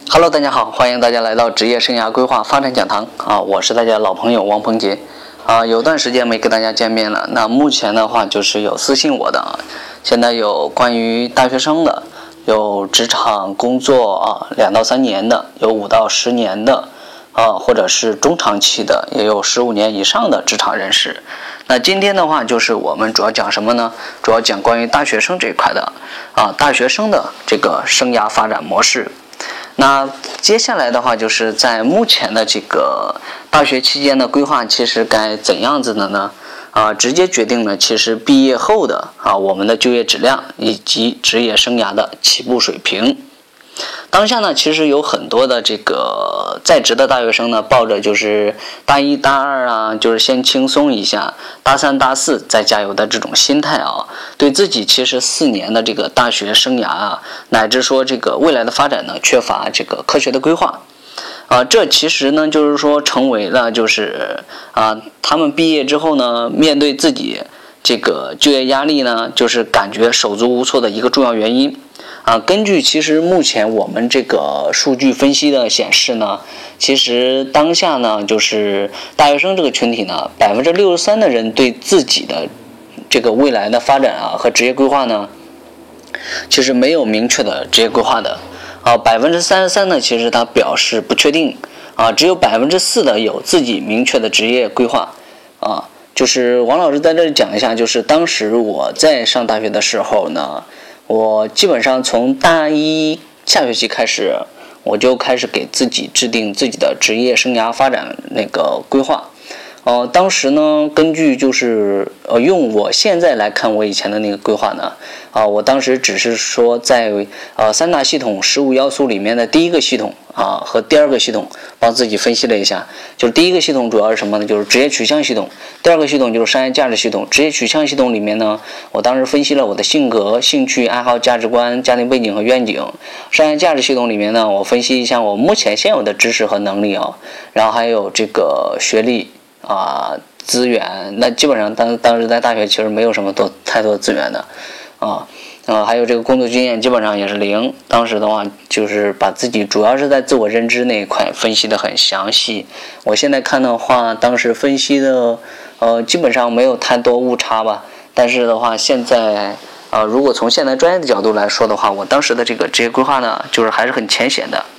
Hello， 大家好，欢迎大家来到职业生涯规划发展讲堂啊，我是大家老朋友王鹏杰啊，有段时间没跟大家见面了。那目前的话就是有私信我的啊，现在有关于大学生的，有职场工作啊2到3年的，有5到10年的啊，或者是中长期的，也有15年以上的职场人士。那今天的话就是我们主要讲什么呢？主要讲关于大学生这一块的啊，大学生的这个生涯发展模式。那接下来的话就是在目前的这个大学期间的规划，其实该怎样子的呢？直接决定了其实毕业后的我们的就业质量以及职业生涯的起步水平。当下呢，其实有很多的这个在职的大学生呢，抱着就是大1、大2啊，就是先轻松一下，大3、大4再加油的这种心态啊，对自己其实4年的这个大学生涯啊，乃至说这个未来的发展呢，缺乏这个科学的规划。这其实呢，就是说成为了就是他们毕业之后呢，面对自己这个就业压力呢，就是感觉手足无措的一个重要原因。根据其实目前我们这个数据分析的显示呢，其实当下呢，就是大学生这个群体呢，63%的人对自己的这个未来的发展和职业规划呢，其实没有明确的职业规划的。33%呢，其实他表示不确定只有4%的有自己明确的职业规划就是王老师在这里讲一下，就是当时我在上大学的时候呢，我基本上从大1下学期开始，我就开始给自己制定自己的职业生涯发展那个规划。当时呢，根据就是用我现在来看我以前的那个规划呢，我当时只是说在3大系统15要素里面的第一个系统和第二个系统帮自己分析了一下。就是第一个系统主要是什么呢？就是职业取向系统。第二个系统就是商业价值系统。职业取向系统里面呢，我当时分析了我的性格、兴趣、爱好、价值观、家庭背景和愿景。商业价值系统里面呢，我分析一下我目前现有的知识和能力然后还有这个学历资源。那基本上当时在大学其实没有什么太多资源的还有这个工作经验基本上也是0。当时的话就是把自己主要是在自我认知那一块分析的很详细。我现在看的话，当时分析的基本上没有太多误差吧。但是的话，现在如果从现在专业的角度来说的话，我当时的这个职业规划呢，就是还是很浅显的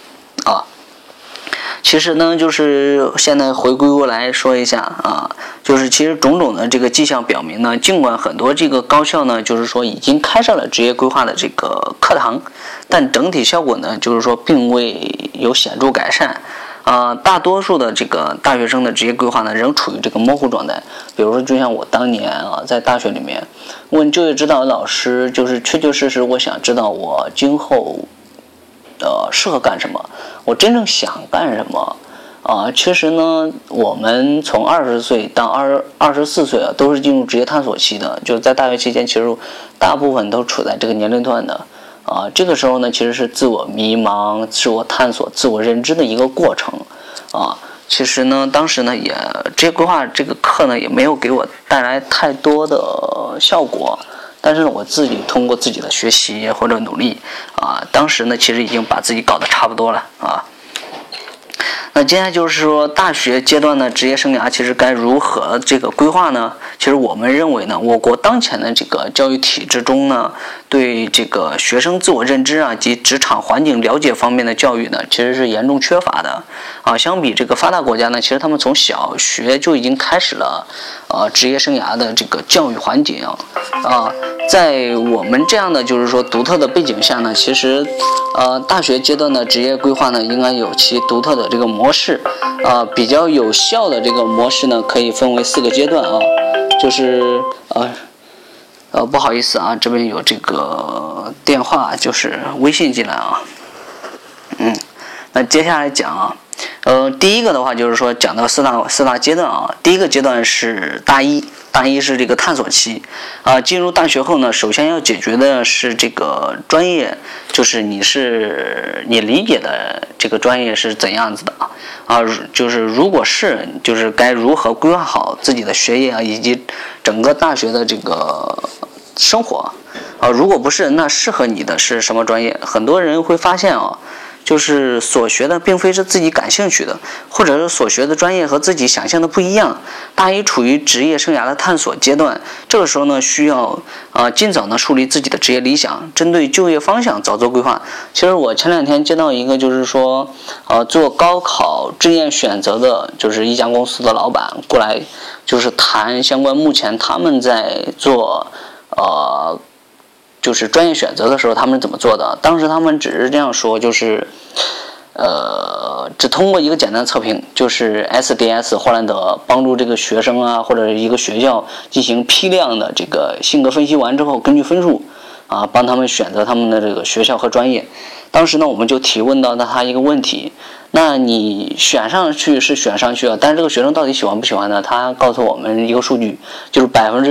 其实呢，就是现在回归过来说一下就是其实种种的这个迹象表明呢，尽管很多这个高校呢，就是说已经开上了职业规划的这个课堂，但整体效果呢，就是说并未有显著改善。大多数的这个大学生的职业规划呢，仍处于这个模糊状态。比如说，就像我当年在大学里面问就业指导老师，就是确确实实我想知道我今后适合干什么，我真正想干什么其实呢，我们从20岁到24岁都是进入职业探索期的，就是在大学期间，其实大部分都处在这个年龄段的这个时候呢，其实是自我迷茫、自我探索、自我认知的一个过程其实呢，当时呢也职业规划这个课呢也没有给我带来太多的效果。但是我自己通过自己的学习或者努力当时呢其实已经把自己搞得差不多了那接下来就是说大学阶段的职业生涯其实该如何这个规划呢？其实我们认为呢，我国当前的这个教育体制中呢，对这个学生自我认知及职场环境了解方面的教育呢，其实是严重缺乏的相比这个发达国家呢，其实他们从小学就已经开始了职业生涯的这个教育环境在我们这样的就是说独特的背景下呢，其实大学阶段的职业规划呢，应该有其独特的这个模式比较有效的这个模式呢，可以分为4个阶段就是不好意思这边有这个电话，就是微信进来那接下来讲第一个的话就是说讲到四大阶段第一个阶段是大一是这个探索期进入大学后呢，首先要解决的是这个专业，就是你理解的这个专业是怎样子的就是如果是就是该如何规划好自己的学业以及整个大学的这个生活如果不是，那适合你的是什么专业？很多人会发现就是所学的并非是自己感兴趣的，或者是所学的专业和自己想象的不一样。大一处于职业生涯的探索阶段，这个时候呢，需要尽早呢树立自己的职业理想，针对就业方向早做规划。其实我前2天接到一个就是说做高考志愿选择的，就是一家公司的老板过来，就是谈相关目前他们在做就是专业选择的时候他们怎么做的。当时他们只是这样说，就是只通过一个简单测评，就是 SDS 霍兰德帮助这个学生啊或者一个学校进行批量的这个性格分析完之后，根据分数帮他们选择他们的这个学校和专业。当时呢我们就提问到他一个问题，那你选上去是选上去了，但是这个学生到底喜欢不喜欢呢？他告诉我们一个数据，就是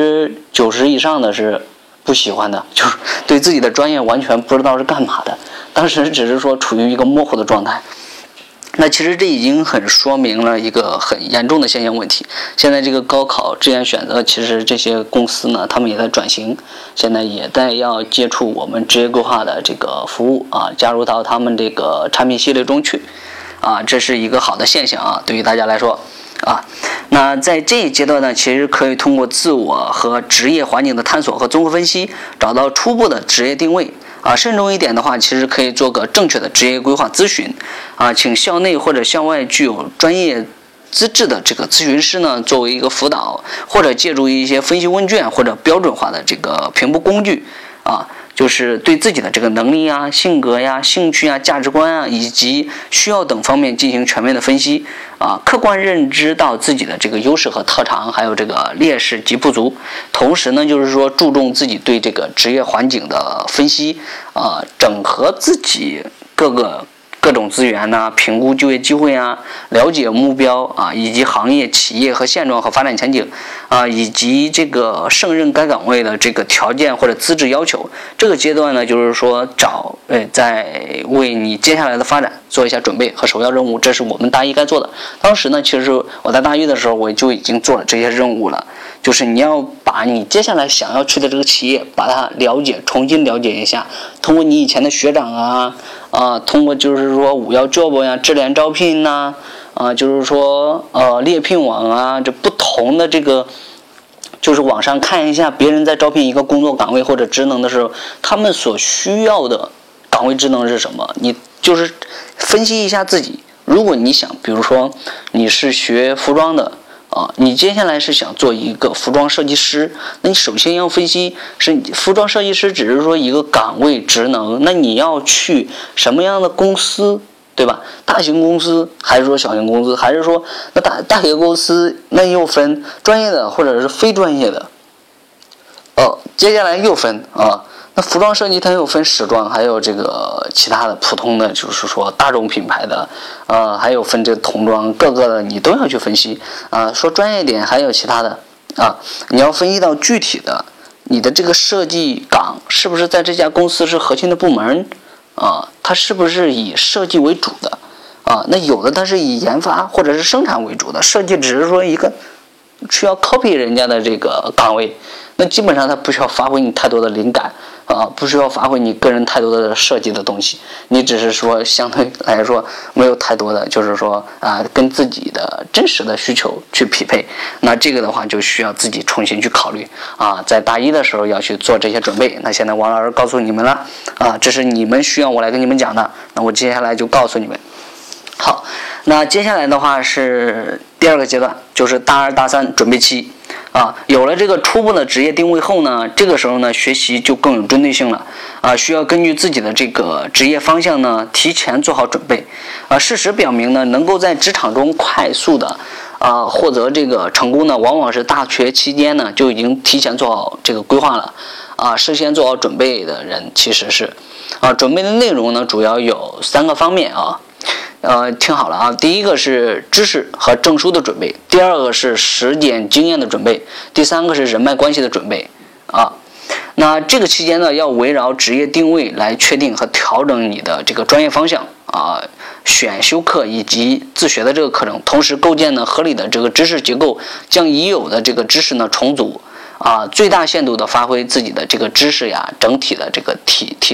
90%以上的是不喜欢的，就是对自己的专业完全不知道是干嘛的，当时只是说处于一个模糊的状态。那其实这已经很说明了一个很严重的现象问题。现在这个高考志愿选择，其实这些公司呢，他们也在转型，现在也在要接触我们职业规划的这个服务加入到他们这个产品系列中去这是一个好的现象对于大家来说那在这一阶段呢，其实可以通过自我和职业环境的探索和综合分析，找到初步的职业定位慎重一点的话，其实可以做个正确的职业规划咨询请校内或者校外具有专业资质的这个咨询师呢作为一个辅导，或者借助一些分析问卷或者标准化的这个评估工具就是对自己的这个能力性格兴趣价值观以及需要等方面进行全面的分析客观认知到自己的这个优势和特长，还有这个劣势及不足。同时呢，就是说注重自己对这个职业环境的分析整合自己各种资源评估就业机会了解目标以及行业企业和现状和发展前景以及这个胜任该岗位的这个条件或者资质要求。这个阶段呢，就是说在为你接下来的发展做一下准备和首要任务，这是我们大一该做的。当时呢，其实我在大一的时候我就已经做了这些任务了，就是你要把你接下来想要去的这个企业把它重新了解一下，通过你以前的学长通过就是说511job智联招聘就是说猎聘网这不同的这个就是网上看一下别人在招聘一个工作岗位或者职能的时候，他们所需要的岗位职能是什么，你就是分析一下自己。如果你想比如说你是学服装的你接下来是想做一个服装设计师，那你首先要分析是服装设计师只是说一个岗位职能，那你要去什么样的公司，对吧？大型公司还是说小型公司，还是说那大型公司那又分专业的或者是非专业的接下来又分那服装设计它又分时装，还有这个其他的普通的，就是说大众品牌的还有分这个童装，各个的你都要去分析说专业点还有其他的你要分析到具体的你的这个设计岗是不是在这家公司是核心的部门它是不是以设计为主的那有的它是以研发或者是生产为主的，设计只是说一个需要 copy 人家的这个岗位，那基本上它不需要发挥你太多的灵感不需要发挥你个人太多的设计的东西，你只是说相对来说没有太多的就是说跟自己的真实的需求去匹配，那这个的话就需要自己重新去考虑在大一的时候要去做这些准备。那现在王老师告诉你们了这是你们需要我来跟你们讲的，那我接下来就告诉你们。好，那接下来的话是第2个阶段，就是大2大3准备期有了这个初步的职业定位后呢，这个时候呢学习就更有针对性了需要根据自己的这个职业方向呢提前做好准备事实表明呢，能够在职场中快速的获得这个成功呢，往往是大学期间呢就已经提前做好这个规划了事先做好准备的人其实是准备的内容呢主要有3个方面听好了第一个是知识和证书的准备，第2个是实践经验的准备，第3个是人脉关系的准备那这个期间呢，要围绕职业定位来确定和调整你的这个专业方向选修课以及自学的这个课程，同时构建呢合理的这个知识结构，将已有的这个知识呢重组最大限度的发挥自己的这个知识整体的这个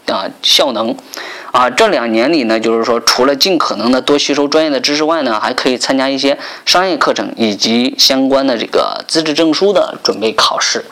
效能。这2年里呢，就是说除了尽可能的多吸收专业的知识外呢，还可以参加一些商业课程以及相关的这个资质证书的准备考试。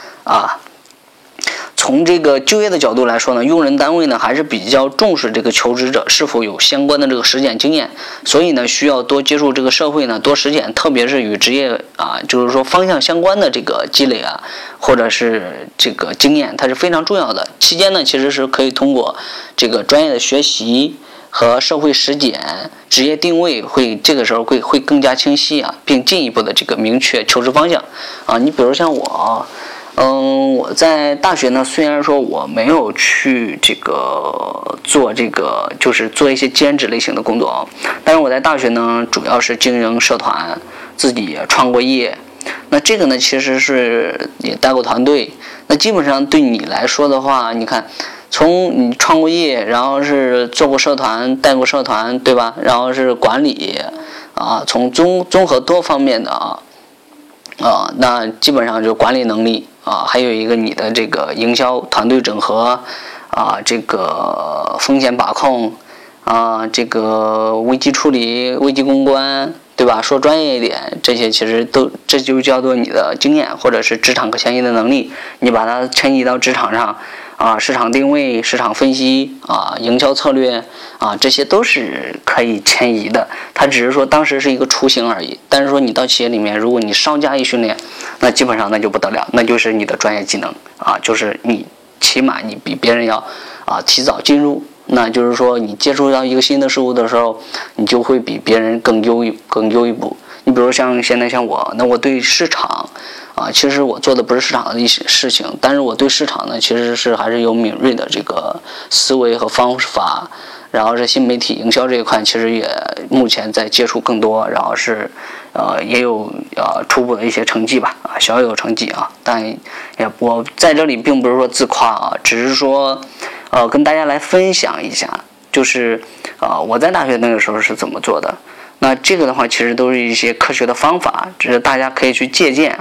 从这个就业的角度来说呢，用人单位呢还是比较重视这个求职者是否有相关的这个实践经验，所以呢需要多接触这个社会呢，多实践，特别是与职业就是说方向相关的这个积累或者是这个经验，它是非常重要的。期间呢其实是可以通过这个专业的学习和社会实践，职业定位这个时候会更加清晰并进一步的这个明确求职方向你比如像我在大学呢，虽然说我没有去这个做就是做一些兼职类型的工作但是我在大学呢主要是经营社团，自己也创过业。那这个呢其实是也带过团队。那基本上对你来说的话，你看从你创过业，然后是做过社团，带过社团，对吧？然后是管理从综合多方面的那基本上就管理能力还有一个你的这个营销团队整合这个风险把控这个危机处理、危机公关，对吧？说专业一点，这些其实这就叫做你的经验或者是职场可迁移的能力，你把它迁移到职场上市场定位、市场分析营销策略这些都是可以迁移的。它只是说当时是一个雏形而已，但是说你到企业里面，如果你稍加以训练，那基本上那就不得了，那就是你的专业技能就是你起码你比别人要提早进入。那就是说你接触到一个新的事物的时候，你就会比别人更优一步。你比如现在像我，那我对市场其实我做的不是市场的一些事情，但是我对市场呢其实是还是有敏锐的这个思维和方法。然后是新媒体营销这一块，其实也目前在接触更多，然后是也有初步的一些成绩吧小有成绩但我在这里并不是说自夸只是说跟大家来分享一下，就是我在大学那个时候是怎么做的。那这个的话其实都是一些科学的方法，只是大家可以去借鉴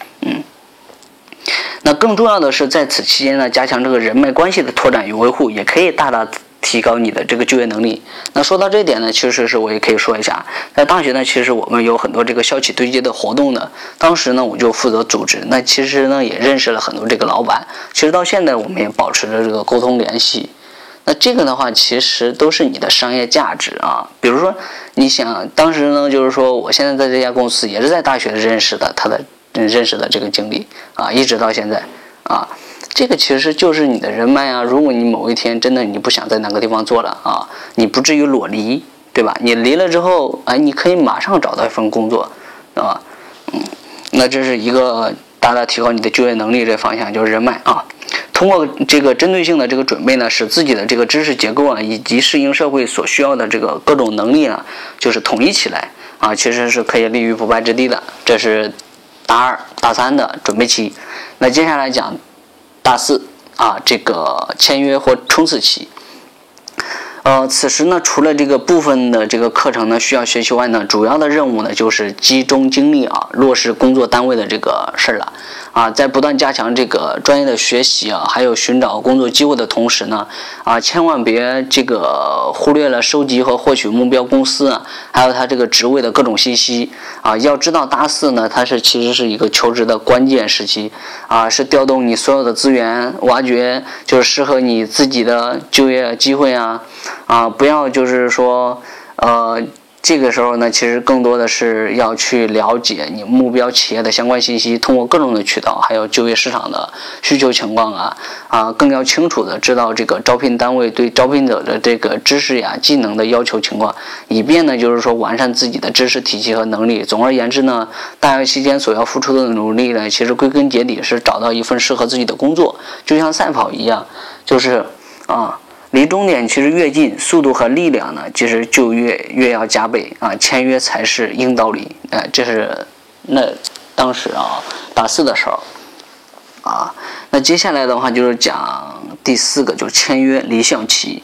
那更重要的是在此期间呢，加强这个人脉关系的拓展与维护，也可以大大提高你的这个就业能力。那说到这一点呢，其实是我也可以说一下，在大学呢其实我们有很多这个校企对接的活动的，当时呢我就负责组织，那其实呢也认识了很多这个老板，其实到现在我们也保持着这个沟通联系。那这个的话其实都是你的商业价值比如说你想当时呢就是说我现在在这家公司也是在大学认识的这个经历一直到现在这个其实就是你的人脉如果你某一天真的你不想在哪个地方做了你不至于裸离，对吧？你离了之后你可以马上找到一份工作那这是一个大大提高你的就业能力这方向，就是人脉通过这个针对性的这个准备呢，使自己的这个知识结构以及适应社会所需要的这个各种能力呢，就是统一起来其实是可以立于不败之地的。这是大2、大3的准备期。那接下来讲大4这个签约或冲刺期。此时呢，除了这个部分的这个课程呢需要学习外呢，主要的任务呢就是集中精力落实工作单位的这个事儿了在不断加强这个专业的学习还有寻找工作机会的同时呢千万别这个忽略了收集和获取目标公司还有它这个职位的各种信息要知道大4呢，它其实是一个求职的关键时期是调动你所有的资源，挖掘就是适合你自己的就业机会不要就是说这个时候呢其实更多的是要去了解你目标企业的相关信息，通过各种的渠道还有就业市场的需求情况更要清楚的知道这个招聘单位对招聘者的这个知识技能的要求情况，以便呢就是说完善自己的知识体系和能力。总而言之呢，大学期间所要付出的努力呢，其实归根结底是找到一份适合自己的工作，就像赛跑一样，就是离终点其实越近，速度和力量呢，其实就越要加倍签约才是硬道理这是那当时大4的时候那接下来的话就是讲第4个，就是签约离项期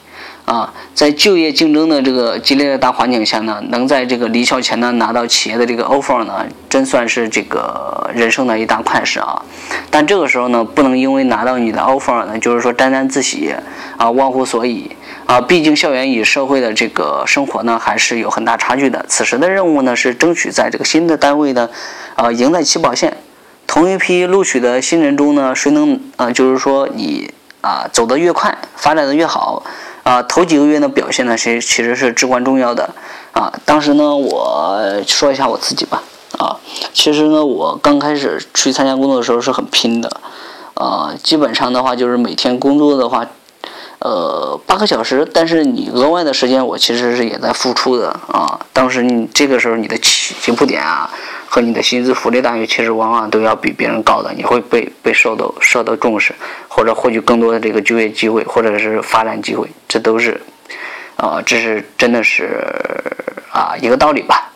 在就业竞争的这个激烈的大环境下呢，能在这个离校前呢拿到企业的这个 offer 呢，真算是这个人生的一大快事啊。但这个时候呢，不能因为拿到你的 offer 呢，就是说沾沾自喜忘乎所以毕竟校园与社会的这个生活呢，还是有很大差距的。此时的任务呢，是争取在这个新的单位呢，赢在起跑线。同一批录取的新人中呢，谁能就是说你走得越快，发展得越好。头几个月的表现呢，其实是至关重要的当时呢，我说一下我自己吧其实呢，我刚开始去参加工作的时候是很拼的基本上的话就是每天工作的话8个小时，但是你额外的时间我其实是也在付出的当时你这个时候你的起步点和你的薪资福利待遇其实往往都要比别人高的，你会被受到重视，或者获取更多的这个就业机会，或者是发展机会，这都是这是真的是一个道理吧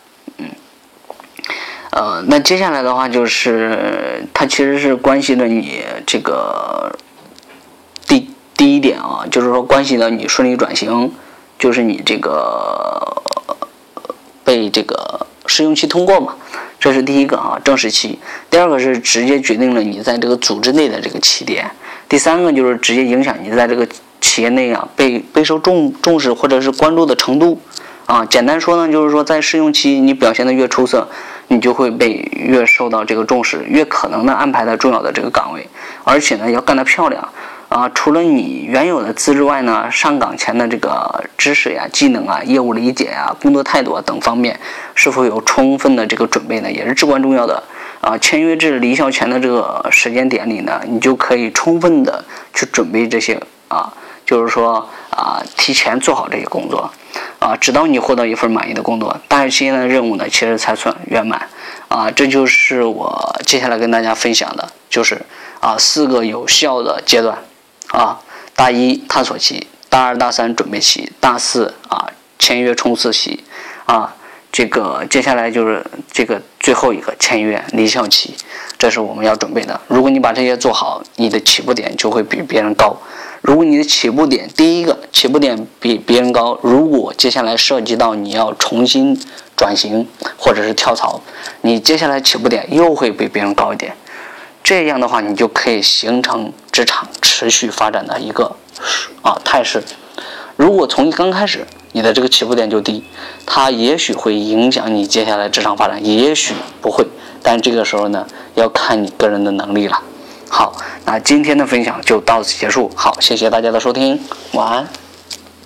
那接下来的话就是它其实是关系了你这个第一点就是说关系了你顺利转型，就是你这个被这个试用期通过嘛，这是第一个正式期。第二个是直接决定了你在这个组织内的这个起点。第三个就是直接影响你在这个企业内备受重视或者是关注的程度简单说呢，就是说在试用期你表现得越出色，你就会被越受到这个重视，越可能的安排在重要的这个岗位，而且呢要干得漂亮除了你原有的资质外呢，上岗前的这个知识技能业务理解工作态度等方面是否有充分的这个准备呢，也是至关重要的签约至离校前的这个时间点里呢，你就可以充分的去准备这些就是说提前做好这些工作直到你获得一份满意的工作，大学期间的任务呢其实才算圆满这就是我接下来跟大家分享的，就是4个有效的阶段大一探索期，大二大三准备期，大四签约冲刺期这个接下来就是这个最后一个签约离校期，这是我们要准备的。如果你把这些做好，你的起步点就会比别人高。如果你的起步点第一个起步点比别人高，如果接下来涉及到你要重新转型或者是跳槽，你接下来起步点又会比别人高一点。这样的话，你就可以形成职场持续发展的一个态势。如果从刚开始你的这个起步点就低，它也许会影响你接下来职场发展，也许不会，但这个时候呢，要看你个人的能力了。好，那今天的分享就到此结束。好，谢谢大家的收听，晚安。